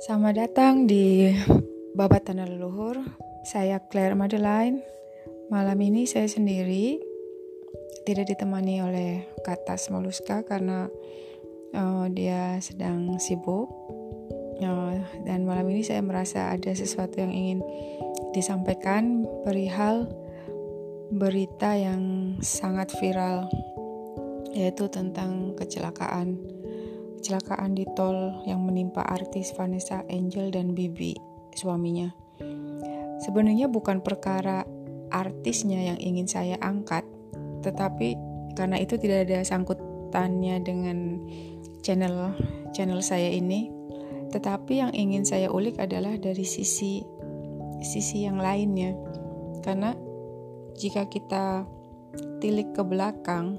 Selamat datang di Babat Tanah Leluhur. Saya Claire Madeline. Malam ini saya sendiri, tidak ditemani oleh Katas Moluska karena dia sedang sibuk. Dan malam ini saya merasa ada sesuatu yang ingin disampaikan perihal berita yang sangat viral, yaitu tentang kecelakaan di tol yang menimpa artis Vanessa Angel dan Bibi, suaminya. Sebenarnya bukan perkara artisnya yang ingin saya angkat, tetapi karena itu tidak ada sangkutannya dengan channel saya ini, tetapi yang ingin saya ulik adalah dari sisi yang lainnya. Karena jika kita tilik ke belakang,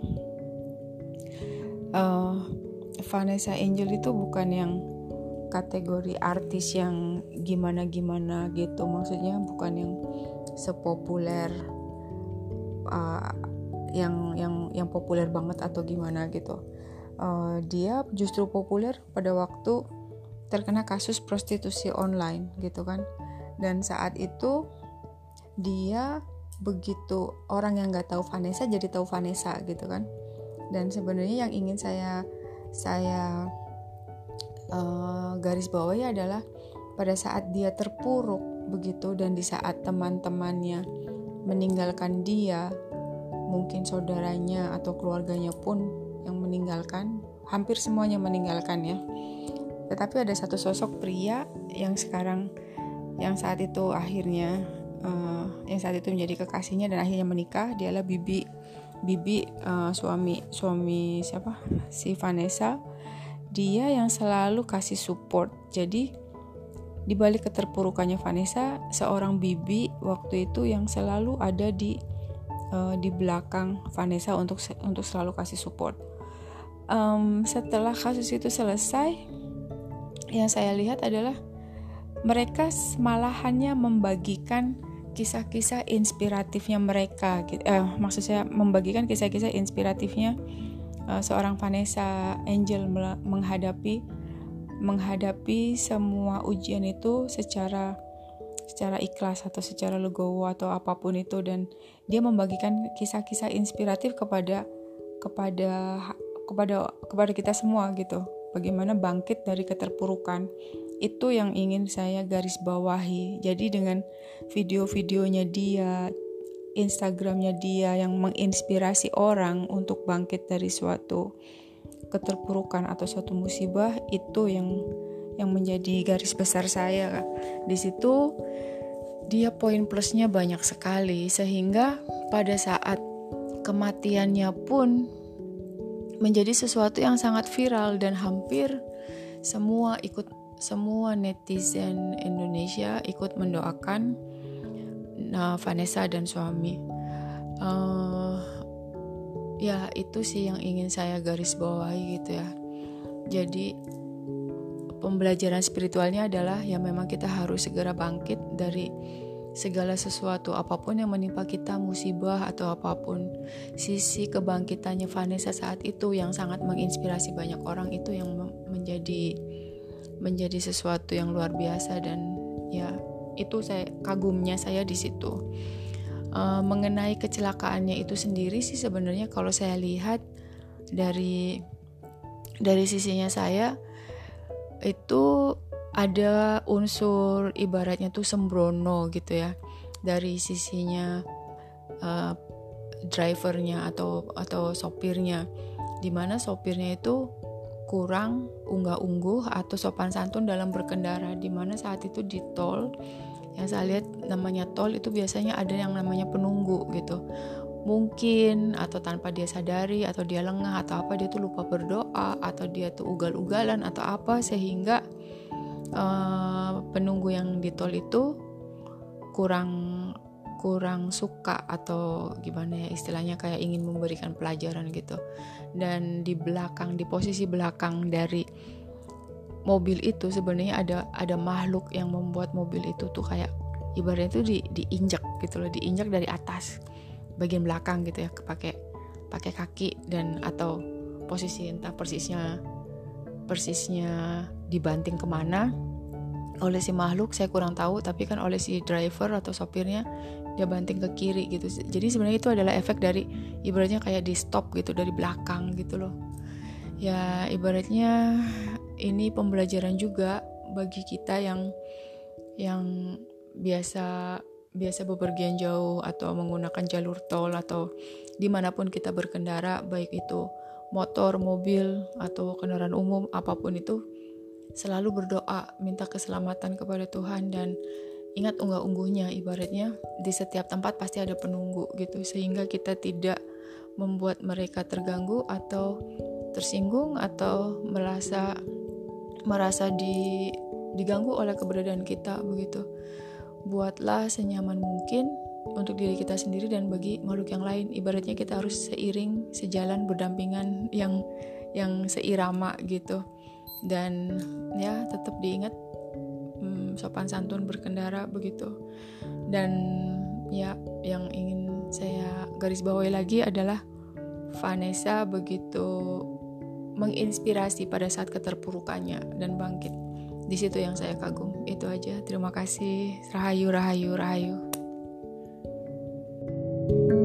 Vanessa Angel itu bukan yang kategori artis yang gimana-gimana gitu. Maksudnya bukan yang sepopuler yang populer banget atau gimana gitu. Dia justru populer pada waktu terkena kasus prostitusi online gitu kan. Dan saat itu dia begitu, orang yang nggak tahu Vanessa jadi tahu Vanessa gitu kan. Dan sebenarnya yang ingin saya garis bawahi adalah pada saat dia terpuruk begitu, dan di saat teman-temannya meninggalkan dia, mungkin saudaranya atau keluarganya pun yang meninggalkan, hampir semuanya meninggalkan ya. Tetapi ada satu sosok pria yang saat itu menjadi kekasihnya dan akhirnya menikah. Dialah Bibi, suami siapa? Si Vanessa. Dia yang selalu kasih support. Jadi di balik keterpurukannya Vanessa, seorang Bibi waktu itu yang selalu ada di belakang Vanessa untuk selalu kasih support. Setelah kasus itu selesai, yang saya lihat adalah mereka malah hanya membagikan kisah-kisah inspiratifnya mereka, maksud saya membagikan kisah-kisah inspiratifnya seorang Vanessa Angel menghadapi semua ujian itu secara ikhlas atau secara legowo atau apapun itu, dan dia membagikan kisah-kisah inspiratif kepada kita semua gitu. Bagaimana bangkit dari keterpurukan. Itu yang ingin saya garis bawahi. Jadi dengan video-videonya dia, Instagramnya dia yang menginspirasi orang untuk bangkit dari suatu keterpurukan atau suatu musibah, itu yang menjadi garis besar saya. Di situ dia poin plusnya banyak sekali, sehingga pada saat kematiannya pun menjadi sesuatu yang sangat viral dan hampir semua netizen Indonesia ikut mendoakan Vanessa dan suami. Ya itu sih yang ingin saya garis bawahi gitu ya. Jadi pembelajaran spiritualnya adalah ya memang kita harus segera bangkit dari segala sesuatu, apapun yang menimpa kita, musibah atau apapun. Sisi kebangkitannya Vanessa saat itu yang sangat menginspirasi banyak orang, itu yang menjadi sesuatu yang luar biasa. Dan ya itu kagumnya saya di situ. Mengenai kecelakaannya itu sendiri sih sebenarnya kalau saya lihat dari sisinya saya itu ada unsur ibaratnya tuh sembrono gitu ya dari sisinya drivernya atau sopirnya, dimana sopirnya itu kurang unggah-ungguh atau sopan santun dalam berkendara, dimana saat itu di tol yang saya lihat namanya tol itu biasanya ada yang namanya penunggu gitu. Mungkin atau tanpa dia sadari atau dia lengah atau apa, dia tuh lupa berdoa atau dia tuh ugal-ugalan atau apa, sehingga penunggu yang di tol itu kurang suka atau gimana ya istilahnya, kayak ingin memberikan pelajaran gitu. Dan di posisi belakang dari mobil itu sebenarnya ada makhluk yang membuat mobil itu tuh kayak ibaratnya itu diinjak gitu loh, diinjak dari atas bagian belakang gitu ya, pakai kaki dan atau posisi entah persisnya dibanting kemana, oleh si makhluk saya kurang tahu, tapi kan oleh si driver atau sopirnya dia banting ke kiri gitu. Jadi sebenarnya itu adalah efek dari ibaratnya kayak di stop gitu dari belakang gitu loh. Ya ibaratnya ini pembelajaran juga bagi kita yang biasa bepergian jauh atau menggunakan jalur tol atau dimanapun kita berkendara, baik itu motor, mobil atau kendaraan umum apapun itu, selalu berdoa minta keselamatan kepada Tuhan dan ingat unggah-ungguhnya, ibaratnya di setiap tempat pasti ada penunggu gitu, sehingga kita tidak membuat mereka terganggu atau tersinggung atau merasa diganggu oleh keberadaan kita begitu. Buatlah senyaman mungkin untuk diri kita sendiri dan bagi makhluk yang lain. Ibaratnya kita harus seiring, sejalan, berdampingan yang seirama gitu. Dan ya tetap diingat sopan santun berkendara begitu. Dan ya yang ingin saya garis bawahi lagi adalah Vanessa begitu menginspirasi pada saat keterpurukannya dan bangkit. Di situ yang saya kagum. Itu aja. Terima kasih. Rahayu, rahayu, rahayu.